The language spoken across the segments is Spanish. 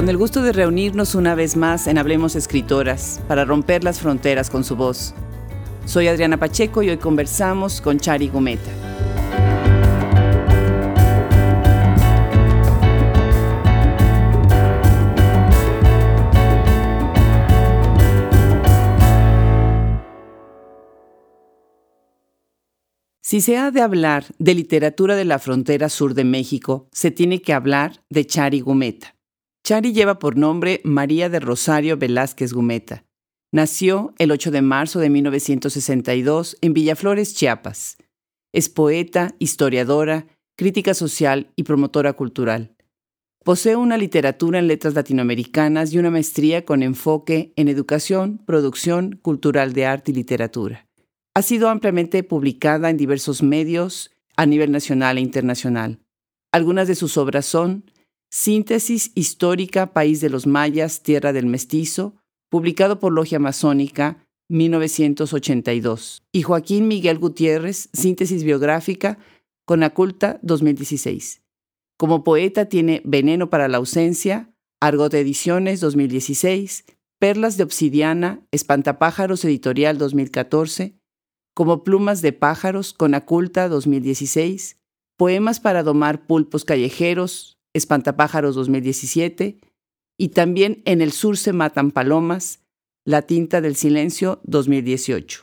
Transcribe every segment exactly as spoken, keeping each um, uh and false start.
Con el gusto de reunirnos una vez más en Hablemos Escritoras para romper las fronteras con su voz. Soy Adriana Pacheco y hoy conversamos con Chari Gumeta. Si se ha de hablar de literatura de la frontera sur de México, se tiene que hablar de Chari Gumeta. Chari lleva por nombre María del Rosario Velázquez Gumeta. Nació el ocho de marzo de mil novecientos sesenta y dos en Villaflores, Chiapas. Es poeta, historiadora, crítica social y promotora cultural. Posee una literatura en letras latinoamericanas y una maestría con enfoque en educación, producción cultural de arte y literatura. Ha sido ampliamente publicada en diversos medios a nivel nacional e internacional. Algunas de sus obras son Síntesis histórica, País de los Mayas, Tierra del Mestizo, publicado por Logia Masónica, mil novecientos ochenta y dos, y Joaquín Miguel Gutiérrez, Síntesis biográfica, Conaculta, dos mil dieciséis. Como poeta tiene Veneno para la ausencia, Argot Ediciones, dos mil dieciséis, Perlas de Obsidiana, Espantapájaros Editorial, dos mil catorce, Como Plumas de Pájaros, Conaculta, dos mil dieciséis, Poemas para domar pulpos callejeros, Espantapájaros, dos mil diecisiete, y también En el sur se matan palomas, La tinta del silencio, dos mil dieciocho.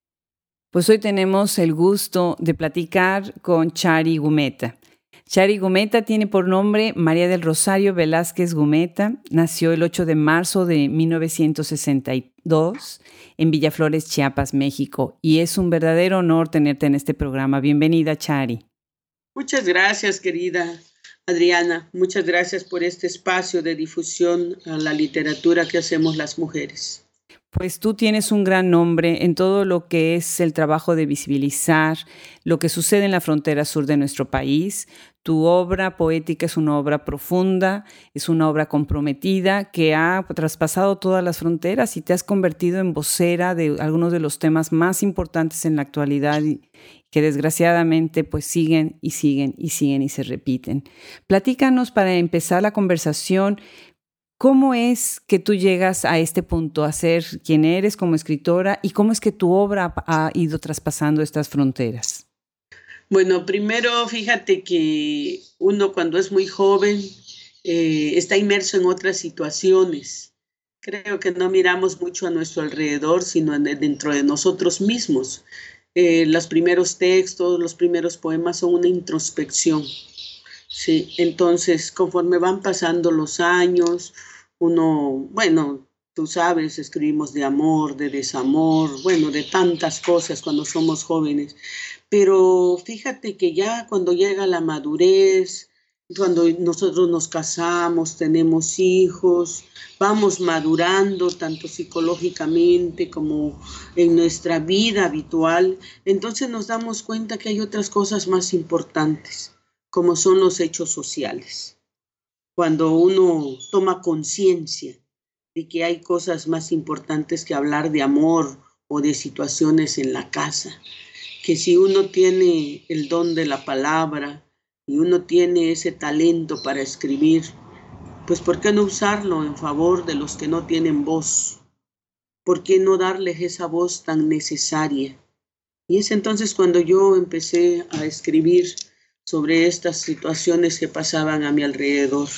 Pues hoy tenemos el gusto de platicar con Chari Gumeta. Chari Gumeta tiene por nombre María del Rosario Velázquez Gumeta. Nació el ocho de marzo de mil novecientos sesenta y dos en Villaflores, Chiapas, México. Y es un verdadero honor tenerte en este programa. Bienvenida, Chari. Muchas gracias, querida Adriana. Muchas gracias por este espacio de difusión a la literatura que hacemos las mujeres. Pues tú tienes un gran nombre en todo lo que es el trabajo de visibilizar lo que sucede en la frontera sur de nuestro país. Tu obra poética es una obra profunda, es una obra comprometida que ha traspasado todas las fronteras y te has convertido en vocera de algunos de los temas más importantes en la actualidad y que desgraciadamente pues siguen y siguen y siguen y se repiten. Platícanos para empezar la conversación. ¿Cómo es que tú llegas a este punto, a ser quien eres como escritora y cómo es que tu obra ha ido traspasando estas fronteras? Bueno, primero fíjate que uno cuando es muy joven eh, está inmerso en otras situaciones. Creo que no miramos mucho a nuestro alrededor, sino dentro de nosotros mismos. Eh, los primeros textos, los primeros poemas son una introspección. Sí, entonces conforme van pasando los años, uno, bueno, tú sabes, escribimos de amor, de desamor, bueno, de tantas cosas cuando somos jóvenes, pero fíjate que ya cuando llega la madurez, cuando nosotros nos casamos, tenemos hijos, vamos madurando tanto psicológicamente como en nuestra vida habitual, entonces nos damos cuenta que hay otras cosas más importantes, como son los hechos sociales. Cuando uno toma conciencia de que hay cosas más importantes que hablar de amor o de situaciones en la casa, que si uno tiene el don de la palabra y uno tiene ese talento para escribir, pues ¿por qué no usarlo en favor de los que no tienen voz? ¿Por qué no darles esa voz tan necesaria? Y es entonces cuando yo empecé a escribir sobre estas situaciones que pasaban a mi alrededor.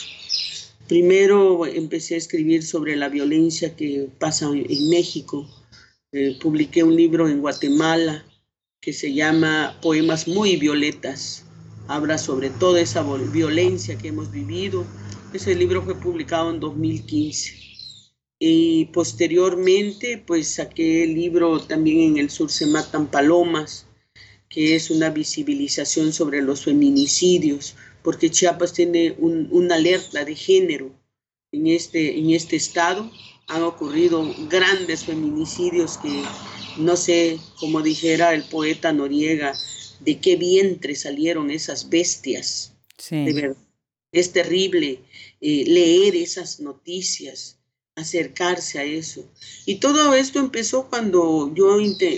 Primero empecé a escribir sobre la violencia que pasa en México. Eh, publiqué un libro en Guatemala que se llama Poemas muy violetas. Habla sobre toda esa violencia que hemos vivido. Ese libro fue publicado en dos mil quince. Y posteriormente pues saqué el libro también En el sur se matan palomas, que es una visibilización sobre los feminicidios, porque Chiapas tiene un, una alerta de género. En este, en este estado han ocurrido grandes feminicidios que, no sé, como dijera el poeta Noriega, de qué vientre salieron esas bestias. Sí. De verdad, es terrible eh, leer esas noticias, acercarse a eso. Y todo esto empezó cuando yo,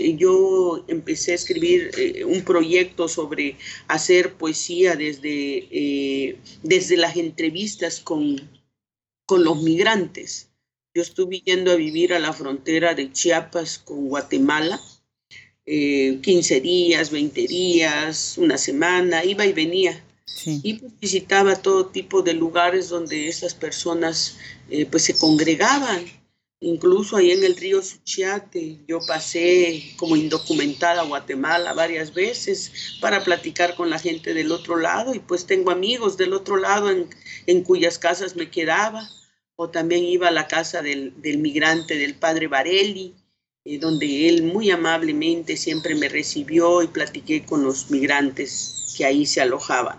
yo empecé a escribir eh, un proyecto sobre hacer poesía desde, eh, desde las entrevistas con, con los migrantes. Yo estuve yendo a vivir a la frontera de Chiapas con Guatemala, eh, quince días, veinte días, una semana, iba y venía. Sí. Y pues visitaba todo tipo de lugares donde esas personas eh, pues se congregaban. Incluso ahí en el río Suchiate, yo pasé como indocumentada a Guatemala varias veces para platicar con la gente del otro lado, y pues tengo amigos del otro lado en, en cuyas casas me quedaba, o también iba a la casa del, del migrante, del padre Varelli, eh, donde él muy amablemente siempre me recibió y platiqué con los migrantes que ahí se alojaban.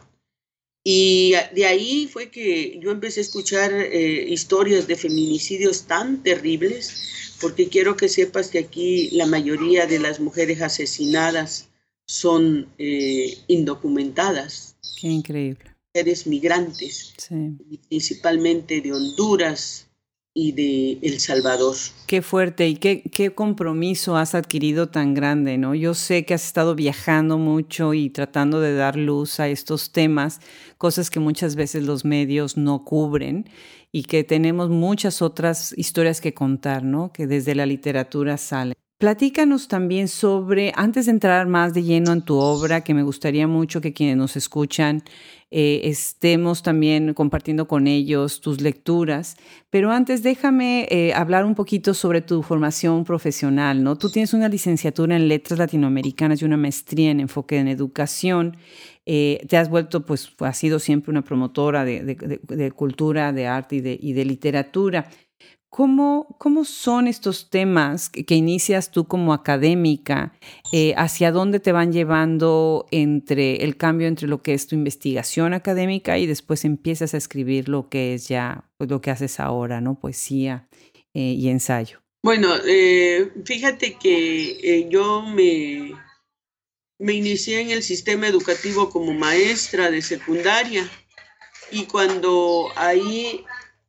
Y de ahí fue que yo empecé a escuchar eh, historias de feminicidios tan terribles, porque quiero que sepas que aquí la mayoría de las mujeres asesinadas son eh, indocumentadas. Qué increíble. Mujeres migrantes, sí. Principalmente de Honduras y de El Salvador. Qué fuerte y qué, qué compromiso has adquirido tan grande, ¿no? Yo sé que has estado viajando mucho y tratando de dar luz a estos temas, cosas que muchas veces los medios no cubren y que tenemos muchas otras historias que contar, ¿no? Que desde la literatura salen. Platícanos también sobre, antes de entrar más de lleno en tu obra, que me gustaría mucho que quienes nos escuchan eh, estemos también compartiendo con ellos tus lecturas, pero antes déjame eh, hablar un poquito sobre tu formación profesional, ¿no? Tú tienes una licenciatura en Letras Latinoamericanas y una maestría en Enfoque en Educación. Eh, te has vuelto, pues, has sido siempre una promotora de, de, de, de cultura, de arte y de, y de literatura. ¿Cómo, ¿Cómo son estos temas que, que inicias tú como académica? Eh, ¿Hacia dónde te van llevando entre el cambio entre lo que es tu investigación académica y después empiezas a escribir lo que es ya, pues lo que haces ahora, ¿no? Poesía eh, y ensayo. Bueno, eh, fíjate que eh, yo me, me inicié en el sistema educativo como maestra de secundaria, y cuando ahí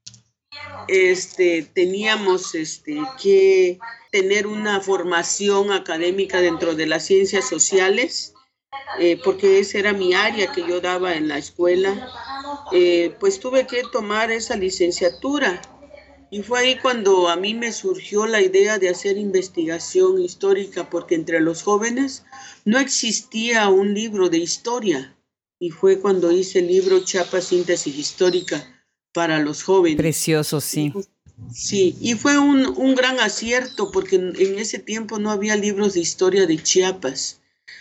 Este, teníamos este, que tener una formación académica dentro de las ciencias sociales, eh, porque esa era mi área que yo daba en la escuela, eh, pues tuve que tomar esa licenciatura. Y fue ahí cuando a mí me surgió la idea de hacer investigación histórica, porque entre los jóvenes no existía un libro de historia. Y fue cuando hice el libro Chiapas Síntesis Histórica para los jóvenes. Precioso, sí. Sí, y fue un, un gran acierto, porque en, en ese tiempo no había libros de historia de Chiapas.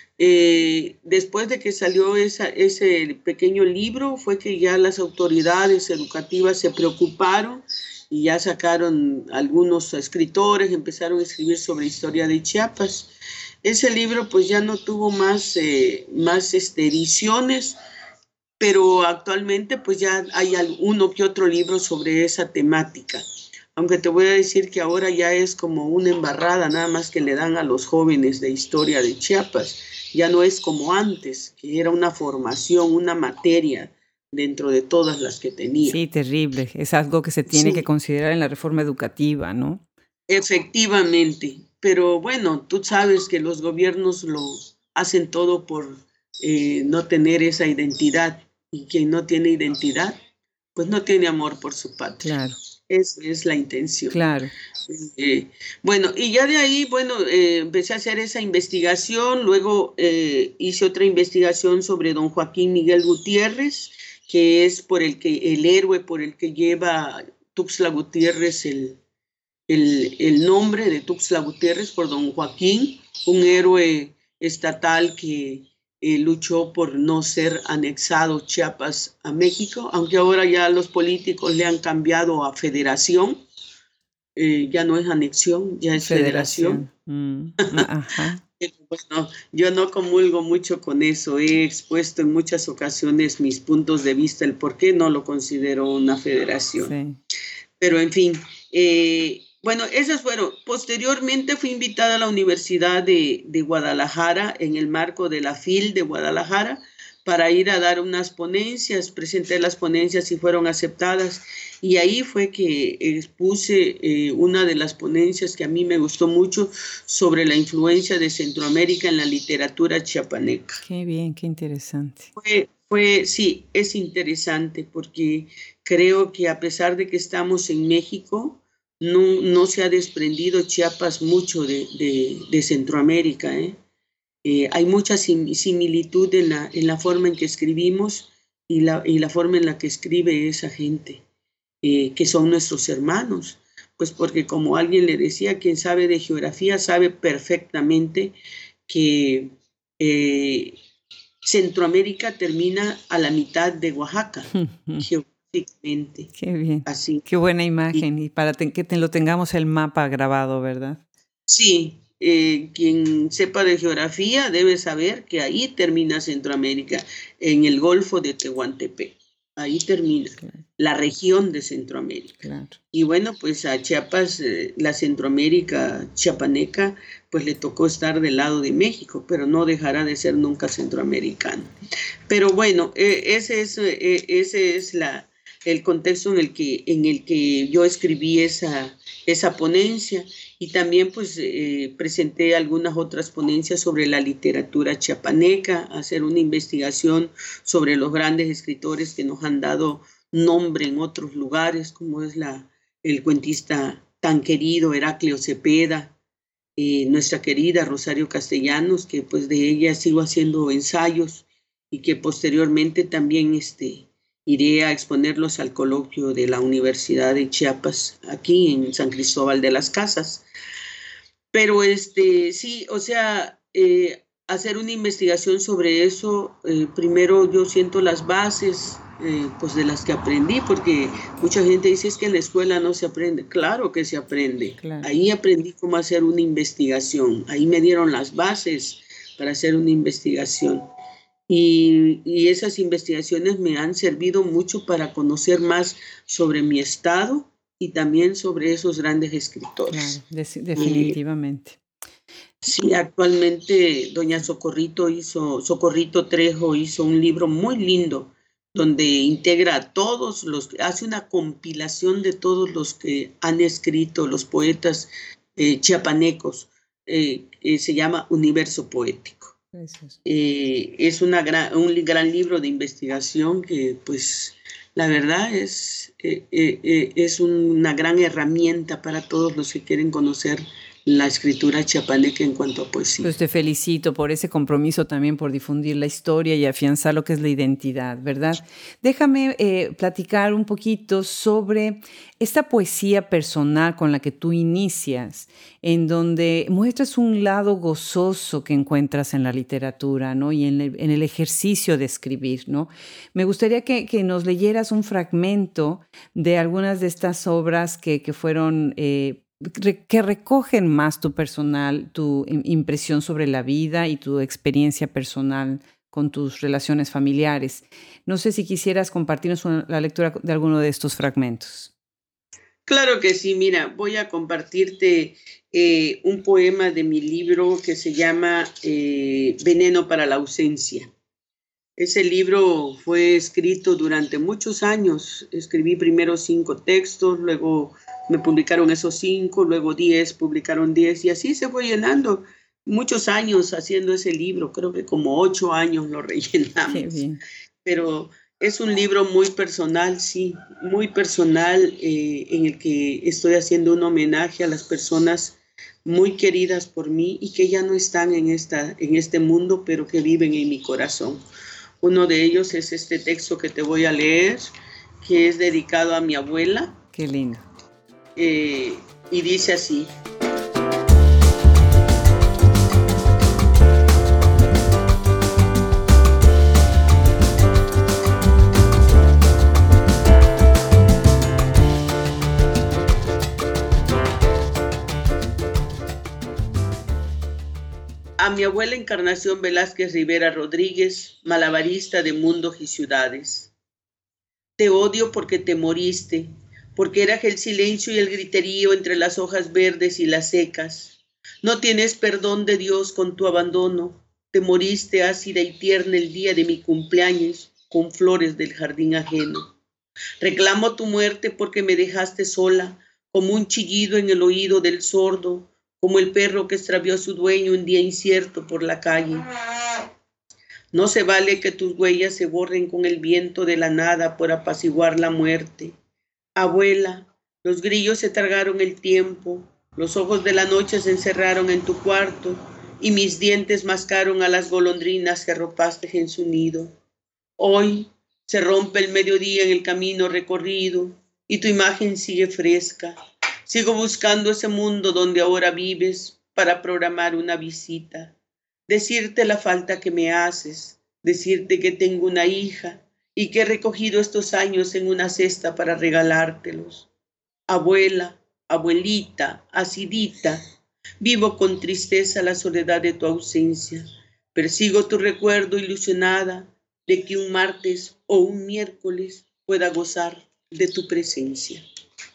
Eh, después de que salió esa, ese pequeño libro, fue que ya las autoridades educativas se preocuparon y ya sacaron algunos escritores, empezaron a escribir sobre historia de Chiapas. Ese libro pues ya no tuvo más, eh, más este, ediciones, pero actualmente pues ya hay uno que otro libro sobre esa temática. Aunque te voy a decir que ahora ya es como una embarrada, nada más que le dan a los jóvenes de historia de Chiapas. Ya no es como antes, que era una formación, una materia dentro de todas las que tenía. Sí, terrible. Es algo que se tiene sí. que considerar en la reforma educativa, ¿no? Efectivamente. Pero bueno, tú sabes que los gobiernos lo hacen todo por eh, no tener esa identidad. Y quien no tiene identidad, pues no tiene amor por su patria. Claro. Esa es la intención. Claro. Eh, bueno, y ya de ahí, bueno, eh, empecé a hacer esa investigación, luego eh, hice otra investigación sobre don Joaquín Miguel Gutiérrez, que es por el que el héroe por el que lleva Tuxtla Gutiérrez el, el, el nombre de Tuxtla Gutiérrez, por don Joaquín, un héroe estatal que eh, luchó por no ser anexado Chiapas a México, aunque ahora ya los políticos le han cambiado a federación. Eh, ya no es anexión, ya es federación. federación. Mm, ajá. Bueno, yo no comulgo mucho con eso. He expuesto en muchas ocasiones mis puntos de vista, el por qué no lo considero una federación. Sí. Pero en fin, eh, bueno, esas fueron. Posteriormente fui invitada a la Universidad de, de Guadalajara en el marco de la F I L de Guadalajara para ir a dar unas ponencias. Presenté las ponencias y fueron aceptadas. Y ahí fue que expuse eh, una de las ponencias que a mí me gustó mucho sobre la influencia de Centroamérica en la literatura chiapaneca. Qué bien, qué interesante. Fue, Pues sí, es interesante porque creo que a pesar de que estamos en México, no, no se ha desprendido Chiapas mucho de, de- de Centroamérica, ¿eh? Eh, hay mucha sim- similitud en la, en la forma en que escribimos y la, y la forma en la que escribe esa gente, eh, que son nuestros hermanos. Pues porque como alguien le decía, quien sabe de geografía sabe perfectamente que eh, Centroamérica termina a la mitad de Oaxaca, geográficamente, Qué bien, así. qué buena Y imagen y para ten- que te lo tengamos el mapa grabado, ¿verdad? sí, eh, quien sepa de geografía debe saber que ahí termina Centroamérica, en el Golfo de Tehuantepec. Ahí termina Claro, la región de Centroamérica. claro. Y bueno, pues a Chiapas, eh, la Centroamérica chiapaneca, pues le tocó estar del lado de México, pero no dejará de ser nunca centroamericano. Pero bueno, eh, ese es, eh, ese es la, el contexto en el que, en el que yo escribí esa, esa ponencia y también pues eh, presenté algunas otras ponencias sobre la literatura chiapaneca, hacer una investigación sobre los grandes escritores que nos han dado nombre en otros lugares, como es la, el cuentista tan querido Heraclio Cepeda, eh, nuestra querida Rosario Castellanos, que pues de ella sigo haciendo ensayos y que posteriormente también este, iré a exponerlos al coloquio de la Universidad de Chiapas, aquí en San Cristóbal de las Casas. Pero este, sí, o sea, eh, hacer una investigación sobre eso, eh, primero yo siento las bases, eh, pues de las que aprendí, porque mucha gente dice es que en la escuela no se aprende. Claro que se aprende. Claro. Ahí aprendí cómo hacer una investigación, ahí me dieron las bases para hacer una investigación. Y, y esas investigaciones me han servido mucho para conocer más sobre mi estado y también sobre esos grandes escritores. Claro, des- Eh, definitivamente. Sí, actualmente doña Socorrito hizo, Socorrito Trejo hizo un libro muy lindo donde integra a todos los, hace una compilación de todos los que han escrito, los poetas eh, chiapanecos, eh, eh, se llama Universo Poético. Gracias. Eh, es una gran, un li- gran libro de investigación que pues la verdad es, eh, eh, eh, es una gran herramienta para todos los que quieren conocer la escritura chiapaneca en cuanto a poesía. Pues te felicito por ese compromiso también por difundir la historia y afianzar lo que es la identidad, ¿verdad? Déjame eh, platicar un poquito sobre esta poesía personal con la que tú inicias, en donde muestras un lado gozoso que encuentras en la literatura, ¿no? Y en el, en el ejercicio de escribir, ¿no? Me gustaría que, que nos leyeras un fragmento de algunas de estas obras que, que fueron... Eh, que recogen más tu personal, tu impresión sobre la vida y tu experiencia personal con tus relaciones familiares. No sé si quisieras compartirnos una, la lectura de alguno de estos fragmentos. Claro que sí, mira, voy a compartirte eh, un poema de mi libro que se llama eh, Veneno para la ausencia. Ese libro fue escrito durante muchos años. Escribí primero cinco textos, luego me publicaron esos cinco, luego diez, publicaron diez y así se fue llenando. Muchos años haciendo ese libro, creo que como ocho años lo Qué rellenamos. bien. Pero es un libro muy personal, sí, muy personal, eh, en el que estoy haciendo un homenaje a las personas muy queridas por mí y que ya no están en, esta, en este mundo, pero que viven en mi corazón. Uno de ellos es este texto que te voy a leer, que es dedicado a mi abuela, Qué lindo. eh, y dice así. A mi abuela Encarnación Velázquez Rivera Rodríguez, malabarista de mundos y ciudades. Te odio porque te moriste, porque eras el silencio y el griterío entre las hojas verdes y las secas. No tienes perdón de Dios con tu abandono. Te moriste ácida y tierna el día de mi cumpleaños, con flores del jardín ajeno. Reclamo tu muerte porque me dejaste sola, como un chillido en el oído del sordo, como el perro que extravió a su dueño un día incierto por la calle. No se vale que tus huellas se borren con el viento de la nada por apaciguar la muerte. Abuela, los grillos se tragaron el tiempo, los ojos de la noche se encerraron en tu cuarto y mis dientes mascaron a las golondrinas que arropaste en su nido. Hoy se rompe el mediodía en el camino recorrido y tu imagen sigue fresca. Sigo buscando ese mundo donde ahora vives para programar una visita. Decirte la falta que me haces, decirte que tengo una hija y que he recogido estos años en una cesta para regalártelos. Abuela, abuelita, acidita, vivo con tristeza la soledad de tu ausencia. Persigo tu recuerdo ilusionada de que un martes o un miércoles pueda gozar de tu presencia.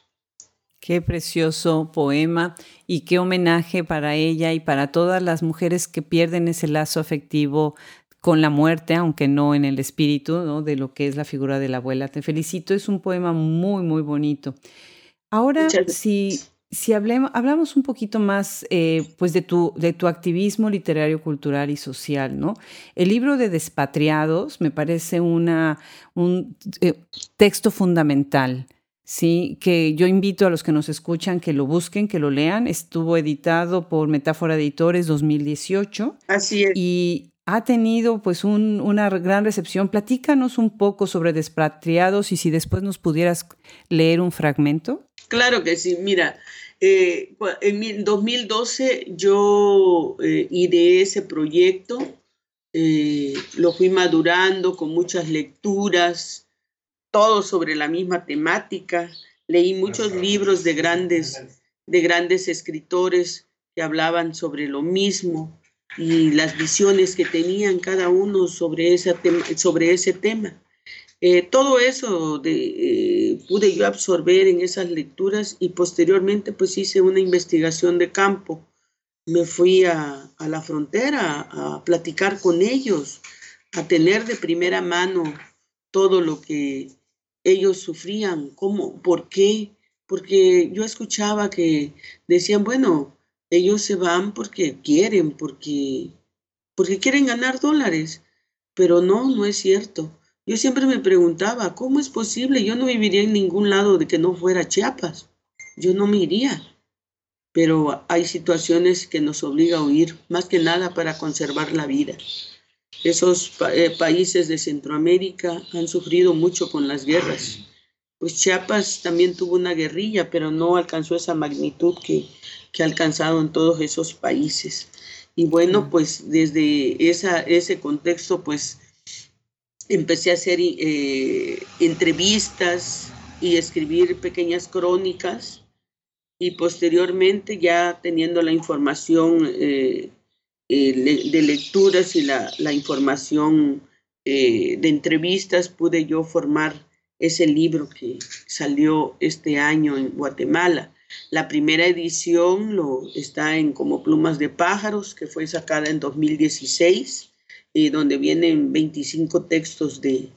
Qué precioso poema y qué homenaje para ella y para todas las mujeres que pierden ese lazo afectivo con la muerte, aunque no en el espíritu, ¿no?, de lo que es la figura de la abuela. Te felicito, es un poema muy, muy bonito. Ahora, si, si hablemos, hablamos un poquito más eh, pues de, tu, de tu activismo literario, cultural y social, ¿no? El libro de Despatriados me parece una, un eh, texto fundamental. Sí, que yo invito a los que nos escuchan que lo busquen, que lo lean. Estuvo editado por Metáfora Editores dos mil dieciocho. Así es. Y ha tenido pues un, una gran recepción. Platícanos un poco sobre Despatriados y si después nos pudieras leer un fragmento. Claro que sí. Mira, eh, en dos mil doce yo eh, ideé ese proyecto, eh, lo fui madurando con muchas lecturas, todo sobre la misma temática. Leí muchos libros de grandes, de grandes escritores que hablaban sobre lo mismo y las visiones que tenían cada uno sobre ese tema. Sobre ese tema. Eh, todo eso de, eh, pude yo absorber en esas lecturas y posteriormente pues hice una investigación de campo. Me fui a, a la frontera a platicar con ellos, a tener de primera mano todo lo que ellos sufrían, cómo, por qué, porque yo escuchaba que decían, bueno, ellos se van porque quieren, porque, porque quieren ganar dólares, pero no, no es cierto. Yo siempre me preguntaba, ¿cómo es posible? Yo no viviría en ningún lado de que no fuera Chiapas, yo no me iría, pero hay situaciones que nos obligan a huir, más que nada para conservar la vida. Esos pa- eh, países de Centroamérica han sufrido mucho con las guerras. Pues Chiapas también tuvo una guerrilla, pero no alcanzó esa magnitud que, que ha alcanzado en todos esos países. Y bueno, Mm. pues desde esa, ese contexto, pues empecé a hacer eh, entrevistas y escribir pequeñas crónicas y posteriormente ya teniendo la información eh, eh, de lecturas y la, la información eh, de entrevistas, pude yo formar ese libro que salió este año en Guatemala. La primera edición lo, está en Como Plumas de Pájaros, que fue sacada en dos mil dieciséis, eh, donde vienen veinticinco textos de,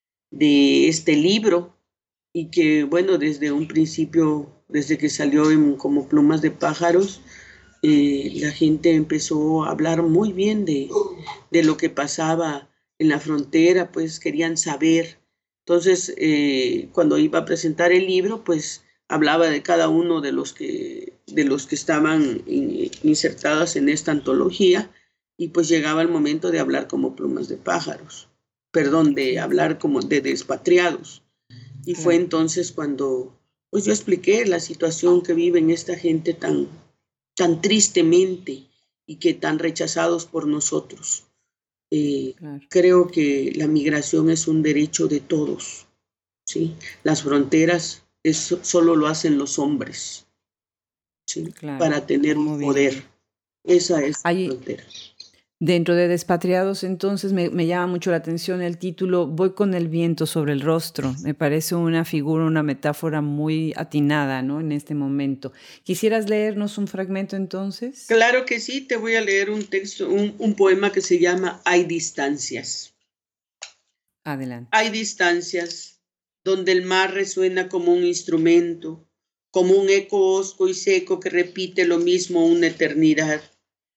de este libro y que, bueno, desde un principio, desde que salió en Como Plumas de Pájaros, eh, la gente empezó a hablar muy bien de, de lo que pasaba en la frontera, pues querían saber. Entonces, eh, cuando iba a presentar el libro, pues hablaba de cada uno de los que, de los que estaban in, insertados en esta antología y pues llegaba el momento de hablar como plumas de pájaros, perdón, de hablar como de despatriados. Y fue entonces cuando pues yo expliqué la situación que viven esta gente tan, tan tristemente y que tan rechazados por nosotros. Eh, claro. Creo que la migración es un derecho de todos, ¿sí? Las fronteras es, solo lo hacen los hombres, ¿sí? Claro, para tener un poder. Bien. Esa es Hay, la frontera. Dentro de Despatriados, entonces, me, me llama mucho la atención el título Voy con el viento sobre el rostro. Me parece una figura, una metáfora muy atinada, ¿no?, en este momento. ¿Quisieras leernos un fragmento entonces? Claro que sí, te voy a leer un texto, un, un poema que se llama Hay distancias. Adelante. Hay distancias donde el mar resuena como un instrumento, como un eco hosco y seco que repite lo mismo una eternidad.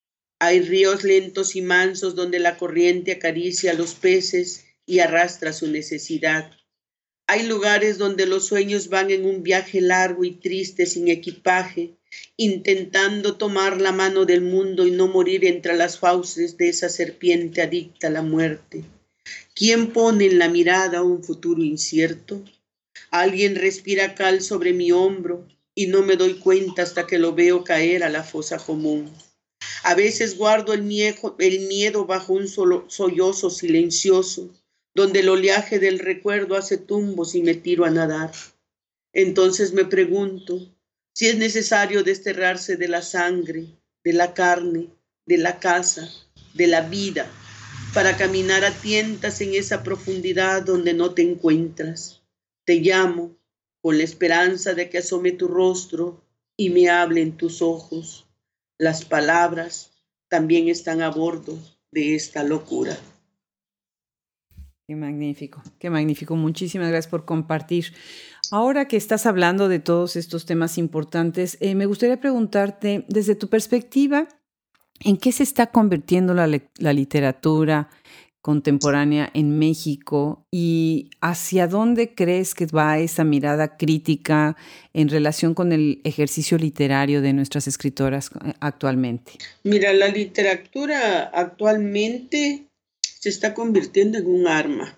Hay ríos lentos y mansos donde la corriente acaricia a los peces y arrastra su necesidad. Hay lugares donde los sueños van en un viaje largo y triste sin equipaje, intentando tomar la mano del mundo y no morir entre las fauces de esa serpiente adicta a la muerte. ¿Quién pone en la mirada un futuro incierto? Alguien respira cal sobre mi hombro y no me doy cuenta hasta que lo veo caer a la fosa común. A veces guardo el miedo, el miedo bajo un solo sollozo silencioso, donde el oleaje del recuerdo hace tumbos y me tiro a nadar. Entonces me pregunto si es necesario desterrarse de la sangre, de la carne, de la casa, de la vida, para caminar a tientas en esa profundidad donde no te encuentras. Te llamo con la esperanza de que asome tu rostro y me hablen tus ojos. Las palabras también están a bordo de esta locura. Qué magnífico, qué magnífico. Muchísimas gracias por compartir. Ahora que estás hablando de todos estos temas importantes, eh, me gustaría preguntarte, desde tu perspectiva, ¿en qué se está convirtiendo la, la literatura contemporánea en México y hacia dónde crees que va esa mirada crítica en relación con el ejercicio literario de nuestras escritoras actualmente? Mira, la literatura actualmente se está convirtiendo en un arma,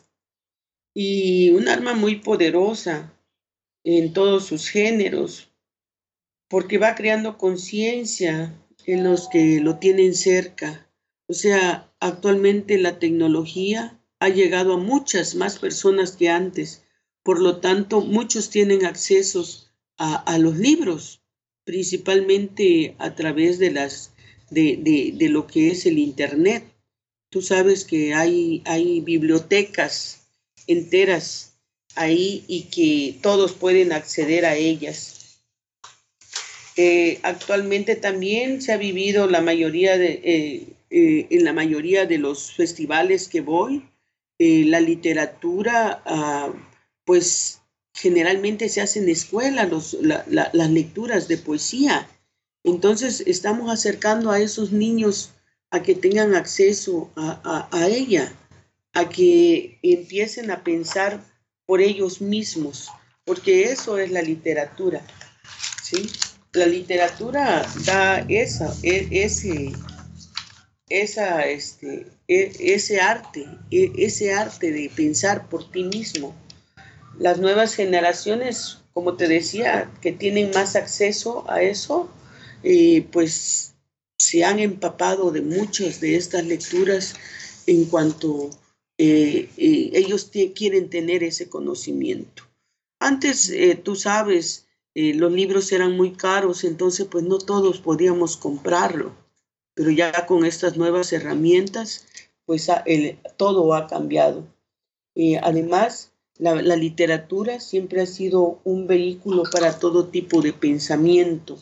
y un arma muy poderosa en todos sus géneros, porque va creando conciencia en los que lo tienen cerca. O sea, actualmente la tecnología ha llegado a muchas más personas que antes, por lo tanto, muchos tienen accesos a, a los libros, principalmente a través de, las, de, de, de lo que es el Internet. Tú sabes que hay, hay bibliotecas enteras ahí y que todos pueden acceder a ellas. Eh, actualmente también se ha vivido la mayoría de, eh, eh, en la mayoría de los festivales que voy, eh, la literatura, uh, pues generalmente se hacen en escuela los, la, la, las lecturas de poesía. Entonces estamos acercando a esos niños a que tengan acceso a, a, a ella, a que empiecen a pensar por ellos mismos, porque eso es la literatura, ¿sí? La literatura da esa, ese, esa, este, ese arte, ese arte de pensar por ti mismo. Las nuevas generaciones, como te decía, que tienen más acceso a eso, eh, pues se han empapado de muchas de estas lecturas en cuanto eh, eh, ellos te, quieren tener ese conocimiento. Antes, eh, tú sabes, eh, los libros eran muy caros, entonces pues no todos podíamos comprarlo, pero ya con estas nuevas herramientas, pues el, todo ha cambiado. Eh, además, la, la literatura siempre ha sido un vehículo para todo tipo de pensamiento.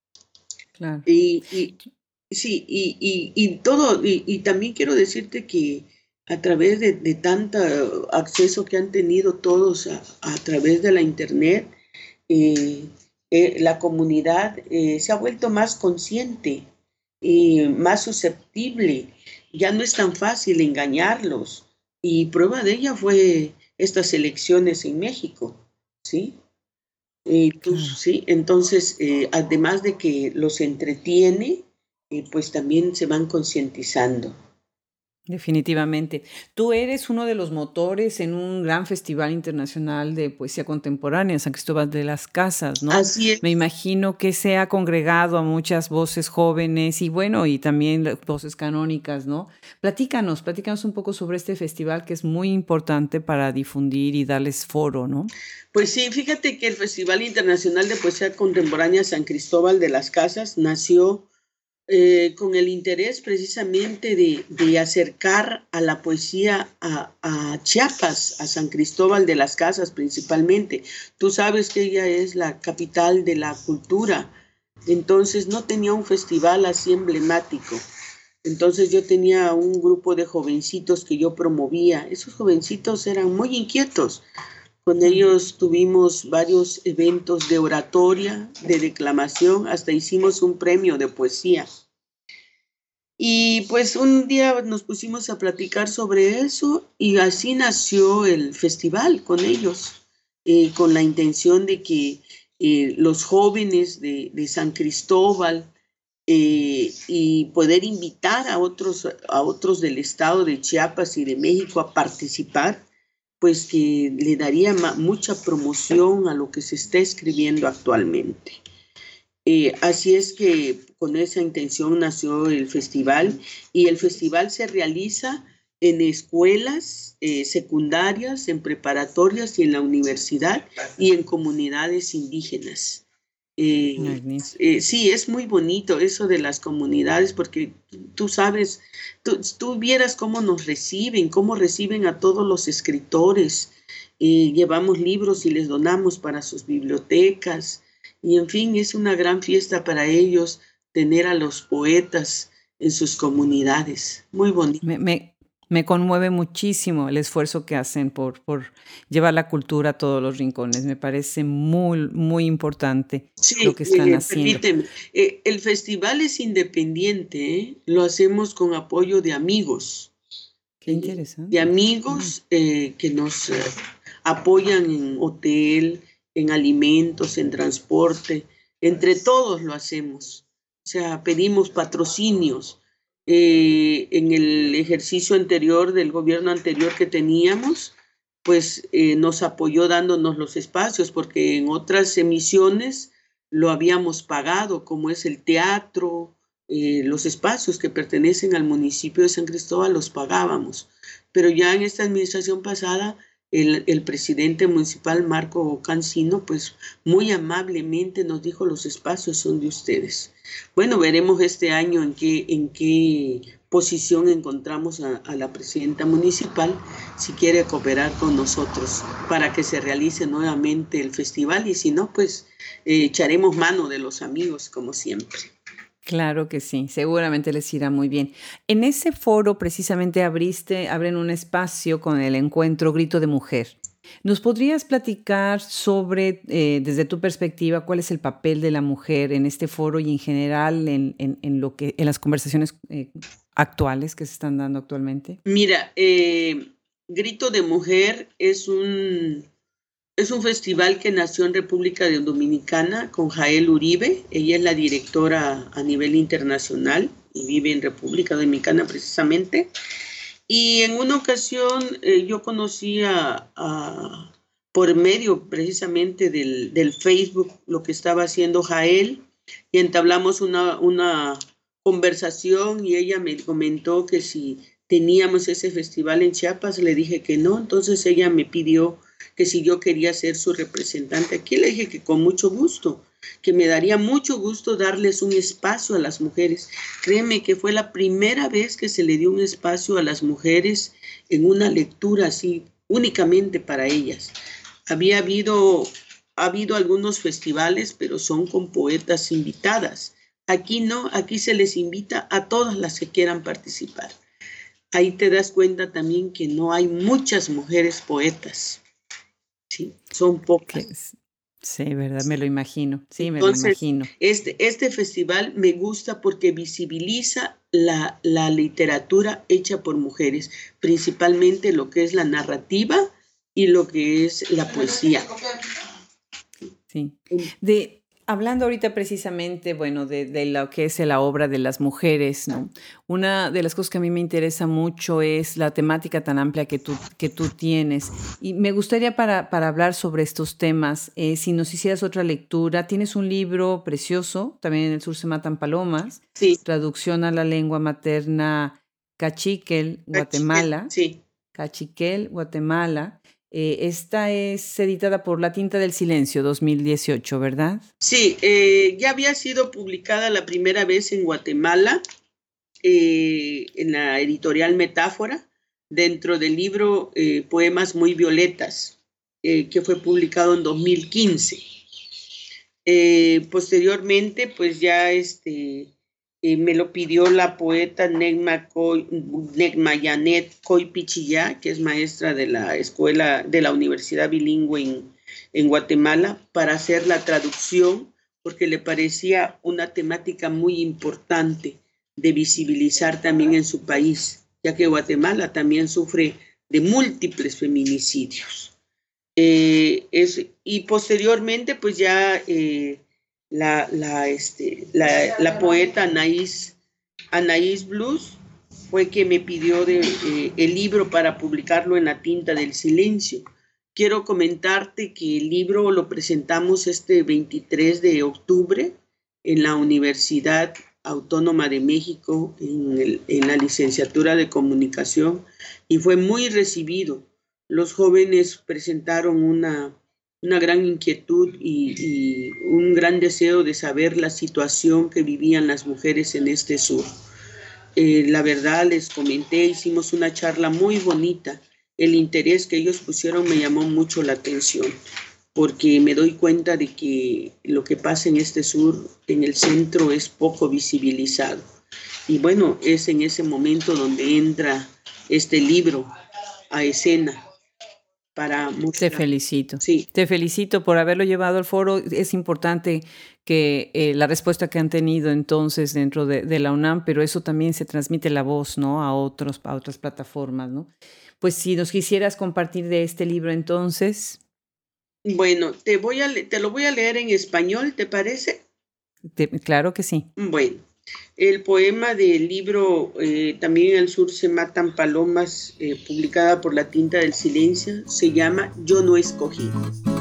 Claro. Y, y sí, y, y, y todo, y, y también quiero decirte que a través de, de tanto acceso que han tenido todos a, a través de la internet, eh, eh, la comunidad eh, se ha vuelto más consciente y más susceptible. Ya no es tan fácil engañarlos. Y prueba de ella fue estas elecciones en México, ¿sí? Eh, pues, Claro. sí, entonces, eh, además de que los entretiene, eh, pues también se van concientizando. Definitivamente. Tú eres uno de los motores en un gran festival internacional de poesía contemporánea, San Cristóbal de las Casas, ¿no? Así es. Me imagino que se ha congregado a muchas voces jóvenes y bueno, y también voces canónicas, ¿no? Platícanos, platícanos un poco sobre este festival que es muy importante para difundir y darles foro, ¿no? Pues sí, fíjate que el Festival Internacional de Poesía Contemporánea San Cristóbal de las Casas nació Eh, con el interés precisamente de, de acercar a la poesía a, a Chiapas, a San Cristóbal de las Casas principalmente. Tú sabes que ella es la capital de la cultura, entonces no tenía un festival así emblemático. Entonces yo tenía un grupo de jovencitos que yo promovía. Esos jovencitos eran muy inquietos. Con ellos tuvimos varios eventos de oratoria, de declamación, hasta hicimos un premio de poesía. Y pues un día nos pusimos a platicar sobre eso y así nació el festival con ellos, eh, con la intención de que eh, los jóvenes de, de San Cristóbal eh, y poder invitar a otros, a otros del estado de Chiapas y de México a participar, pues que le daría ma- mucha promoción a lo que se está escribiendo actualmente. Eh, así es que con esa intención nació el festival y el festival se realiza en escuelas eh, secundarias, en preparatorias y en la universidad y en comunidades indígenas. Eh, Magnífico. eh, sí, es muy bonito eso de las comunidades porque tú sabes, tú, tú vieras cómo nos reciben, cómo reciben a todos los escritores. Eh, llevamos libros y les donamos para sus bibliotecas. Y en fin, es una gran fiesta para ellos tener a los poetas en sus comunidades. Muy bonito. Me, me, me conmueve muchísimo el esfuerzo que hacen por, por llevar la cultura a todos los rincones. Me parece muy, muy importante lo Sí, que están eh, haciendo. permíteme. Eh, el festival es independiente, ¿eh? Lo hacemos con apoyo de amigos, Qué eh, de interesante. Mm. amigos eh, que nos eh, apoyan en hotel, en alimentos, en transporte. Entre todos lo hacemos. O sea, pedimos patrocinios. Eh, en el ejercicio anterior del gobierno anterior que teníamos, pues eh, nos apoyó dándonos los espacios, porque en otras emisiones lo habíamos pagado, como es el teatro, eh, los espacios que pertenecen al municipio de San Cristóbal los pagábamos. Pero ya en esta administración pasada, el, el presidente municipal, Marco Cancino, pues muy amablemente nos dijo los espacios son de ustedes. Bueno, veremos este año en qué, en qué posición encontramos a, a la presidenta municipal, si quiere cooperar con nosotros para que se realice nuevamente el festival y si no, pues eh, echaremos mano de los amigos como siempre. Claro que sí, seguramente les irá muy bien. En ese foro precisamente abriste, abren un espacio con el encuentro Grito de Mujer. ¿Nos podrías platicar sobre, eh, desde tu perspectiva, cuál es el papel de la mujer en este foro y en general en, en, en lo que, en las conversaciones eh, actuales que se están dando actualmente? Mira, eh, Grito de Mujer es un, es un festival que nació en República Dominicana con Jael Uribe. Ella es la directora a nivel internacional y vive en República Dominicana precisamente. Y en una ocasión eh, yo conocí a, a, por medio precisamente del, del Facebook lo que estaba haciendo Jael y entablamos una, una conversación y ella me comentó que si teníamos ese festival en Chiapas, le dije que no, entonces ella me pidió que si yo quería ser su representante aquí, le dije que con mucho gusto, que me daría mucho gusto darles un espacio a las mujeres. Créeme que fue la primera vez que se le dio un espacio a las mujeres en una lectura así, únicamente para ellas. Había habido, ha habido algunos festivales, pero son con poetas invitadas. Aquí no, aquí se les invita a todas las que quieran participar. Ahí te das cuenta también que no hay muchas mujeres poetas, ¿sí? Son Que pocas. es- sí, ¿verdad? Me lo imagino. Sí, me lo Entonces, imagino. este, este festival me gusta porque visibiliza la, la literatura hecha por mujeres, principalmente lo que es la narrativa y lo que es la poesía. Sí. De, hablando ahorita precisamente, bueno, de, de lo que es la obra de las mujeres, ¿no? Una de las cosas que a mí me interesa mucho es la temática tan amplia que tú, que tú tienes. Y me gustaría para, para hablar sobre estos temas, eh, si nos hicieras otra lectura, tienes un libro precioso, también en el sur se matan palomas, Sí, traducción a la lengua materna Cachiquel, cachiquel, Guatemala, sí. Cachiquel, Guatemala. Eh, esta es editada por La Tinta del Silencio, dos mil dieciocho, ¿verdad? Sí, eh, ya había sido publicada la primera vez en Guatemala, eh, en la editorial Metáfora, dentro del libro eh, Poemas muy violetas, eh, que fue publicado en dos mil quince. Eh, posteriormente, pues ya este, eh, me lo pidió la poeta Negma, Coy, Negma Yanet Coy Pichillá, que es maestra de la escuela de la Universidad Bilingüe en, en Guatemala, para hacer la traducción, porque le parecía una temática muy importante de visibilizar también en su país, ya que Guatemala también sufre de múltiples feminicidios. Eh, es, y posteriormente, pues ya eh, la, la, este, la, la poeta Anaís, Anaís Blues fue que me pidió de, eh, el libro para publicarlo en La Tinta del Silencio. Quiero comentarte que el libro lo presentamos este veintitrés de octubre en la Universidad Autónoma de México, en, el, en la licenciatura de Comunicación, y fue muy recibido. Los jóvenes presentaron una, una gran inquietud y, y un gran deseo de saber la situación que vivían las mujeres en este sur. Eh, la verdad, les comenté, hicimos una charla muy bonita. El interés que ellos pusieron me llamó mucho la atención, porque me doy cuenta de que lo que pasa en este sur, en el centro, es poco visibilizado. Y bueno, es en ese momento donde entra este libro a escena para mostrar. Te felicito. Sí. Te felicito por haberlo llevado al foro. Es importante que eh, la respuesta que han tenido entonces dentro de, de la UNAM, pero eso también se transmite la voz, ¿no? A otros, a otras plataformas, ¿no? Pues si nos quisieras compartir de este libro entonces. Bueno, te, voy a, te lo voy a leer en español, ¿te parece? Te, claro que sí. Bueno, el poema del libro eh, También en el sur se matan palomas, eh, publicada por La Tinta del Silencio, se llama Yo no escogí.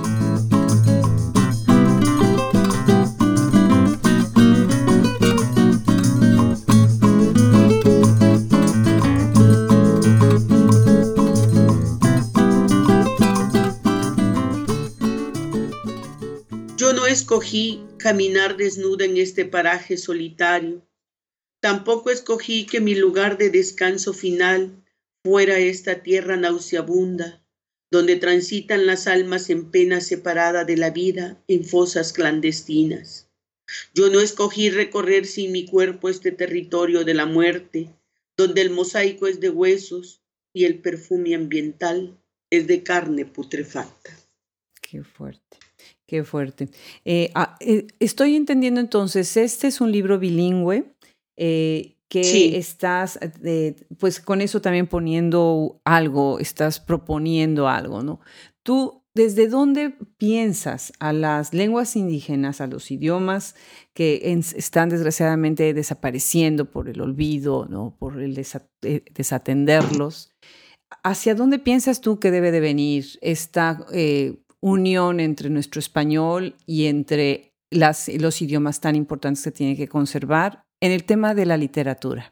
Yo no escogí caminar desnuda en este paraje solitario. Tampoco escogí que mi lugar de descanso final fuera esta tierra nauseabunda, donde transitan las almas en pena separada de la vida en fosas clandestinas. Yo no escogí recorrer sin mi cuerpo este territorio de la muerte, donde el mosaico es de huesos y el perfume ambiental es de carne putrefacta. Qué fuerte. Qué fuerte. Eh, ah, eh, estoy entendiendo entonces, este es un libro bilingüe eh, que Sí. estás, eh, pues con eso también poniendo algo, estás proponiendo algo, ¿no? Tú, ¿desde dónde piensas a las lenguas indígenas, a los idiomas que en, están desgraciadamente desapareciendo por el olvido, ¿no? Por el desa, eh, desatenderlos? ¿Hacia dónde piensas tú que debe de venir esta eh, unión entre nuestro español y entre las, los idiomas tan importantes que tiene que conservar en el tema de la literatura?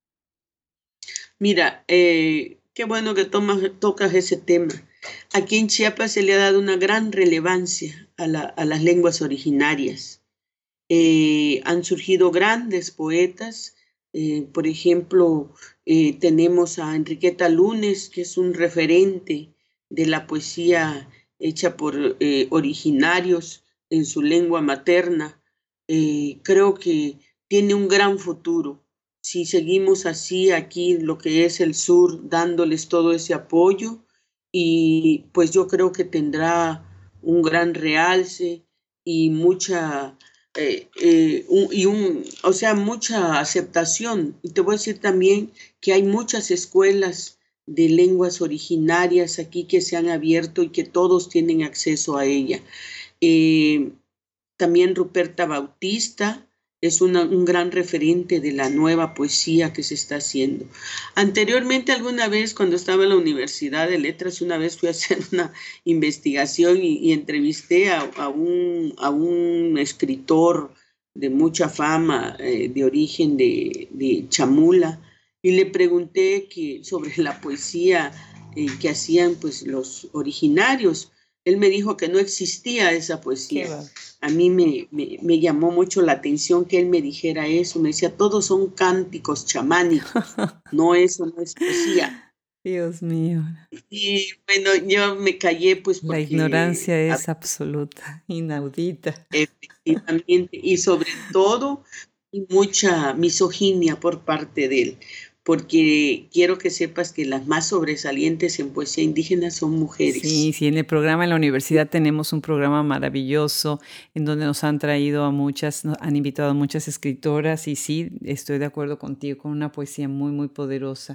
Mira, eh, qué bueno que tomas, tocas ese tema. Aquí en Chiapas se le ha dado una gran relevancia a, la, a las lenguas originarias. Eh, han surgido grandes poetas. Eh, por ejemplo, eh, tenemos a Enriqueta Lunes, que es un referente de la poesía hecha por eh, originarios en su lengua materna. Eh, creo que tiene un gran futuro. Si seguimos así aquí, lo que es el sur, dándoles todo ese apoyo, y pues yo creo que tendrá un gran realce y mucha, eh, eh, un, y un, o sea, mucha aceptación. Y te voy a decir también que hay muchas escuelas de lenguas originarias aquí que se han abierto y que todos tienen acceso a ella. Eh, también Ruperta Bautista es una, un gran referente de la nueva poesía que se está haciendo. Anteriormente, alguna vez, cuando estaba en la Universidad de Letras, una vez fui a hacer una investigación y, y entrevisté a, a, un, a un escritor de mucha fama, eh, de origen de, de Chamula, y le pregunté que, sobre la poesía eh, que hacían pues, los originarios. Él me dijo que no existía esa poesía. A mí me, me, me llamó mucho la atención que él me dijera eso. Me decía, todos son cánticos chamánicos. No, eso no es poesía. Dios mío. Y bueno, yo me callé pues porque... La ignorancia es a, absoluta, inaudita. Efectivamente. Y sobre todo, mucha misoginia por parte de él. porque quiero que sepas que las más sobresalientes en poesía indígena son mujeres. Sí, sí, en el programa en la universidad tenemos un programa maravilloso en donde nos han traído a muchas, nos han invitado a muchas escritoras y sí, estoy de acuerdo contigo, con una poesía muy, muy poderosa.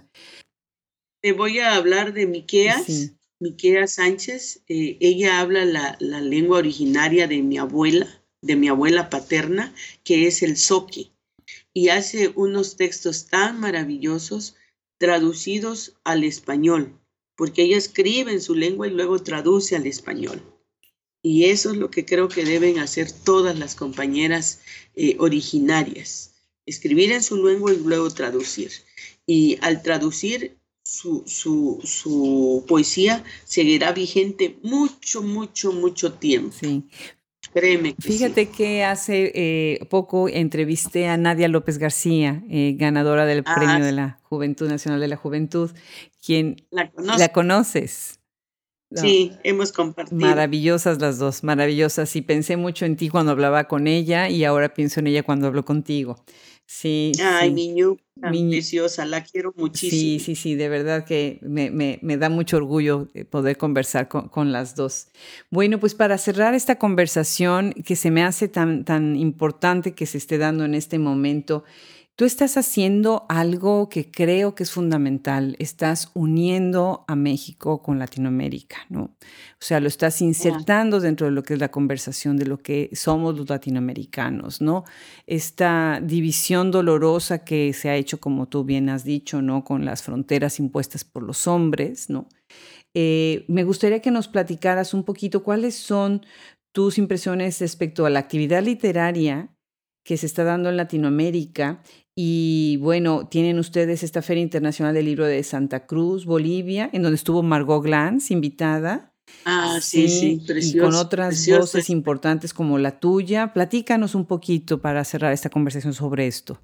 Te voy a hablar de Miqueas, Sí. Miqueas Sánchez. Eh, ella habla la, la lengua originaria de mi abuela, de mi abuela paterna, que es el zoque, y hace unos textos tan maravillosos traducidos al español, porque ella escribe en su lengua y luego traduce al español. Y eso es lo que creo que deben hacer todas las compañeras eh, originarias, escribir en su lengua y luego traducir. Y al traducir, su, su, su poesía seguirá vigente mucho, mucho, mucho tiempo. Sí. Créeme que Fíjate sí. que hace eh, poco entrevisté a Nadia López García, eh, ganadora del Ah, Premio de la Juventud Nacional de la Juventud, quien la conozco. la conoces. No, Sí, hemos compartido. maravillosas las dos, maravillosas. Y pensé mucho en ti cuando hablaba con ella y ahora pienso en ella cuando hablo contigo. Sí, Ay, sí. mi ñu, tan Mi- preciosa, la quiero Sí, muchísimo. sí, sí, de verdad que me, me- me da mucho orgullo eh, poder conversar con, con las dos. Bueno, pues para cerrar esta conversación que se me hace tan, tan importante que se esté dando en este momento, tú estás haciendo algo que creo que es fundamental. Estás uniendo a México con Latinoamérica, ¿no? O sea, lo estás insertando dentro de lo que es la conversación de lo que somos los latinoamericanos, ¿no? Esta división dolorosa que se ha hecho, como tú bien has dicho, ¿no? Con las fronteras impuestas por los hombres, ¿no? Eh, me gustaría que nos platicaras un poquito cuáles son tus impresiones respecto a la actividad literaria que se está dando en Latinoamérica. Y bueno, tienen ustedes esta Feria Internacional del Libro de Santa Cruz, Bolivia, en donde estuvo Margot Glantz invitada. Ah, sí, sí, Sí, y con precioso, otras precioso. voces importantes como la tuya. Platícanos un poquito para cerrar esta conversación sobre esto.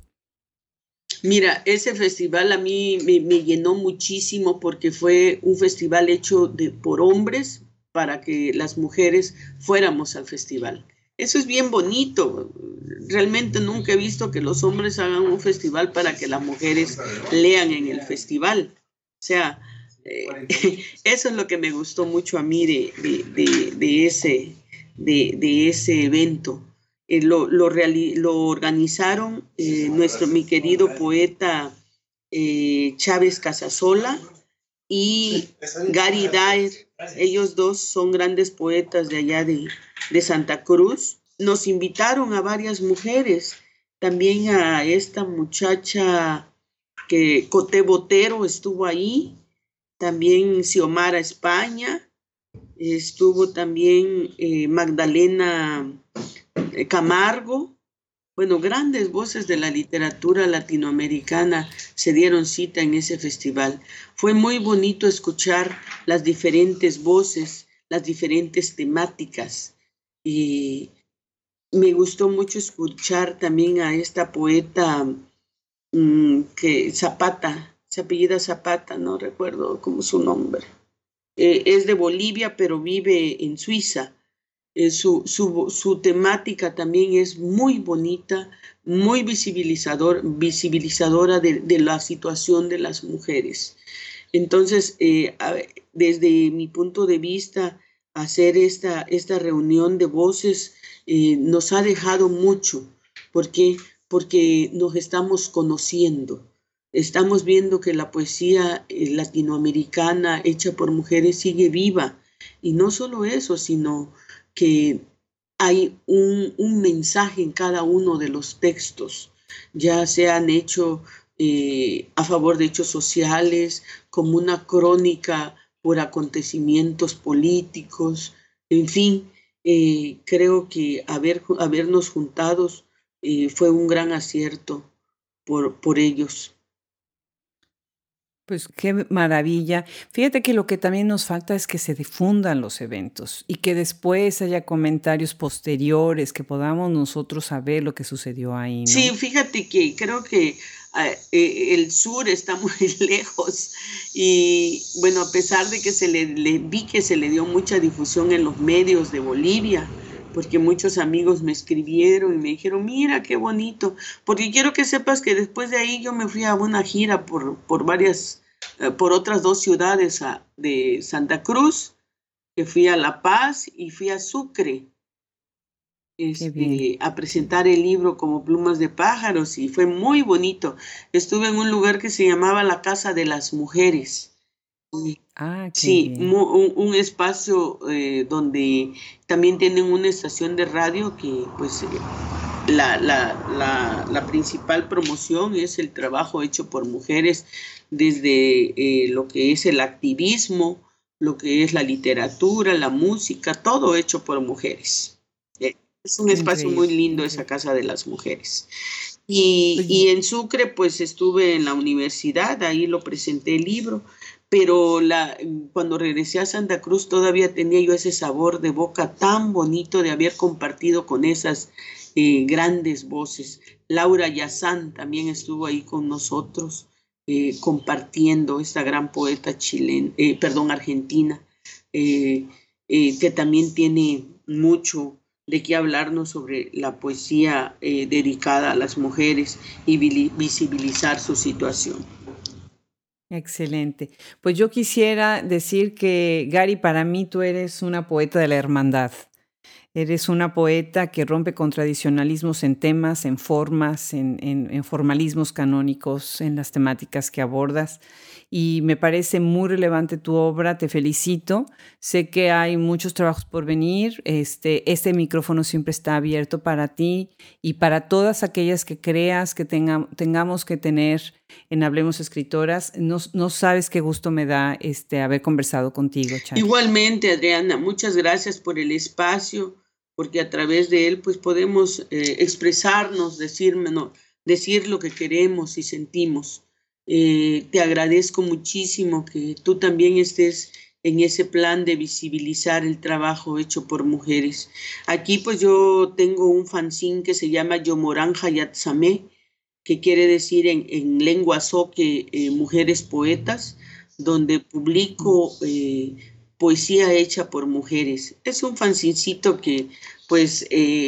Mira, ese festival a mí me, me llenó muchísimo porque fue un festival hecho de, por hombres para que las mujeres fuéramos al festival. Eso es bien bonito. Realmente nunca he visto que los hombres hagan un festival para que las mujeres lean en el festival. O sea, eh, eso es lo que me gustó mucho a mí de, de, de, de ese, de, de ese evento. Eh, lo, lo, reali- lo organizaron eh, nuestro, mi querido poeta eh, Chávez Casasola y Gary Daer. Ellos dos son grandes poetas de allá de, de Santa Cruz. Nos invitaron a varias mujeres, también a esta muchacha que Coté Botero estuvo ahí, también Xiomara España, estuvo también eh, Magdalena Camargo. Bueno, grandes voces de la literatura latinoamericana se dieron cita en ese festival. Fue muy bonito escuchar las diferentes voces, las diferentes temáticas. Y me gustó mucho escuchar también a esta poeta mmm, que Zapata, se apellida Zapata, no recuerdo cómo es su nombre. Eh, es de Bolivia, pero vive en Suiza. Eh, su, su, su temática también es muy bonita, muy visibilizador, visibilizadora de, de la situación de las mujeres. Entonces, eh, a, desde mi punto de vista, hacer esta, esta reunión de voces eh, nos ha dejado mucho. ¿Por qué? Porque nos estamos conociendo. Estamos viendo que la poesía eh, latinoamericana hecha por mujeres sigue viva. Y no solo eso, sino que hay un, un mensaje en cada uno de los textos, ya se han hecho eh, a favor de hechos sociales, como una crónica por acontecimientos políticos, en fin, eh, creo que haber, habernos juntados eh, fue un gran acierto por, por ellos. Pues qué maravilla. Fíjate que lo que también nos falta es que se difundan los eventos y que después haya comentarios posteriores, que podamos nosotros saber lo que sucedió ahí, ¿no? Sí, fíjate que creo que uh, eh, el sur está muy lejos y bueno, a pesar de que se le, le vi que se le dio mucha difusión en los medios de Bolivia, porque muchos amigos me escribieron y me dijeron, mira qué bonito, porque quiero que sepas que después de ahí yo me fui a una gira por, por varias, eh, por otras dos ciudades a, de Santa Cruz, que fui a La Paz y fui a Sucre este, a presentar el libro como Plumas de Pájaros y fue muy bonito. Estuve en un lugar que se llamaba la Casa de las Mujeres. Ah, qué Sí, bien. mu- un, un espacio eh, donde también tienen una estación de radio que pues eh, la, la, la, la principal promoción es el trabajo hecho por mujeres desde eh, lo que es el activismo, lo que es la literatura, la música, todo hecho por mujeres. Eh, Es un Qué espacio muy increíble, lindo esa increíble. Casa de las Mujeres. Y, Pues, y en Sucre pues estuve en la universidad, ahí lo presenté el libro, pero la, cuando regresé a Santa Cruz todavía tenía yo ese sabor de boca tan bonito de haber compartido con esas eh, grandes voces. Laura Yazán también estuvo ahí con nosotros eh, compartiendo, esta gran poeta chilena, eh, perdón, argentina, eh, eh, que también tiene mucho de qué hablarnos sobre la poesía eh, dedicada a las mujeres y visibilizar su situación. excelente. Pues yo quisiera decir que, Gary, para mí tú eres una poeta de la hermandad. Eres una poeta que rompe con tradicionalismos en temas, en formas, en, en, en formalismos canónicos, en las temáticas que abordas. Y me parece muy relevante tu obra, te felicito. Sé que hay muchos trabajos por venir. Este, este micrófono siempre está abierto para ti y para todas aquellas que creas que tenga, tengamos que tener en Hablemos Escritoras. No, no sabes qué gusto me da este, haber conversado contigo, Chari. Igualmente, Adriana, muchas gracias por el espacio, porque a través de él pues podemos eh, expresarnos, decirnos, decir lo que queremos y sentimos. Eh, te agradezco muchísimo que tú también estés en ese plan de visibilizar el trabajo hecho por mujeres. Aquí pues yo tengo un fanzine que se llama Yomorán Hayatsamé, que quiere decir en, en lengua zoque eh, Mujeres Poetas, donde publico eh, poesía hecha por mujeres. Es un fanzincito que pues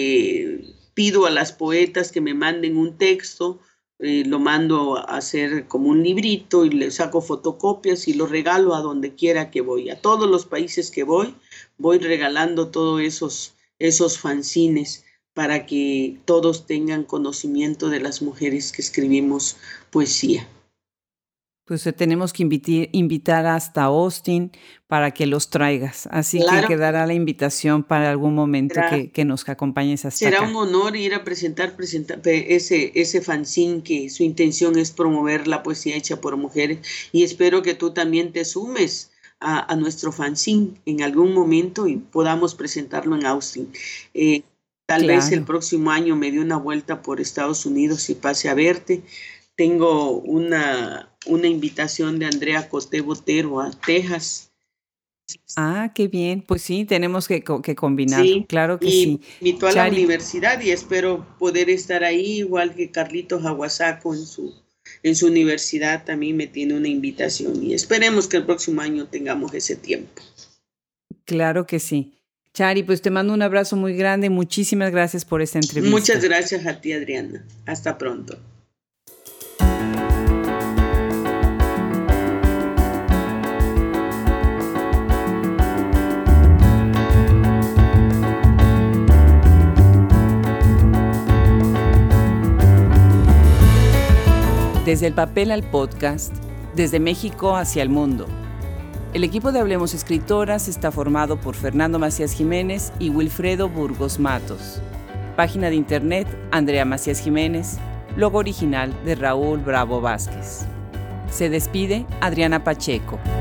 eh, pido a las poetas que me manden un texto, eh, lo mando a hacer como un librito y le saco fotocopias y lo regalo a donde quiera que voy. A todos los países que voy, voy regalando todos esos, esos fanzines para que todos tengan conocimiento de las mujeres que escribimos poesía. Pues tenemos que invitar, invitar hasta Austin para que los traigas. Así Claro. que quedará la invitación para algún momento Será, que, que nos acompañes hasta será acá. un honor ir a presentar, presentar ese, ese fanzine que su intención es promover la poesía hecha por mujeres y espero que tú también te sumes a, a nuestro fanzine en algún momento y podamos presentarlo en Austin. Eh, tal Claro. vez el próximo año me dé una vuelta por Estados Unidos y pase a verte. Tengo una, una invitación de Andrea Coté Botero a Texas. Ah, qué bien. Pues sí, tenemos que, que combinar. Sí, Claro que y sí. me invitó a la Chari, universidad y espero poder estar ahí, igual que Carlitos Aguasaco en su, en su universidad también me tiene una invitación y esperemos que el próximo año tengamos ese tiempo. claro que sí. Chari, pues te mando un abrazo muy grande. Muchísimas gracias por esta entrevista. Muchas gracias a ti, Adriana. Hasta pronto. Desde el papel al podcast, desde México hacia el mundo. El equipo de Hablemos Escritoras está formado por Fernando Macías Jiménez y Wilfredo Burgos Matos. Página de internet Andrea Macías Jiménez, logo original de Raúl Bravo Vázquez. Se despide Adriana Pacheco.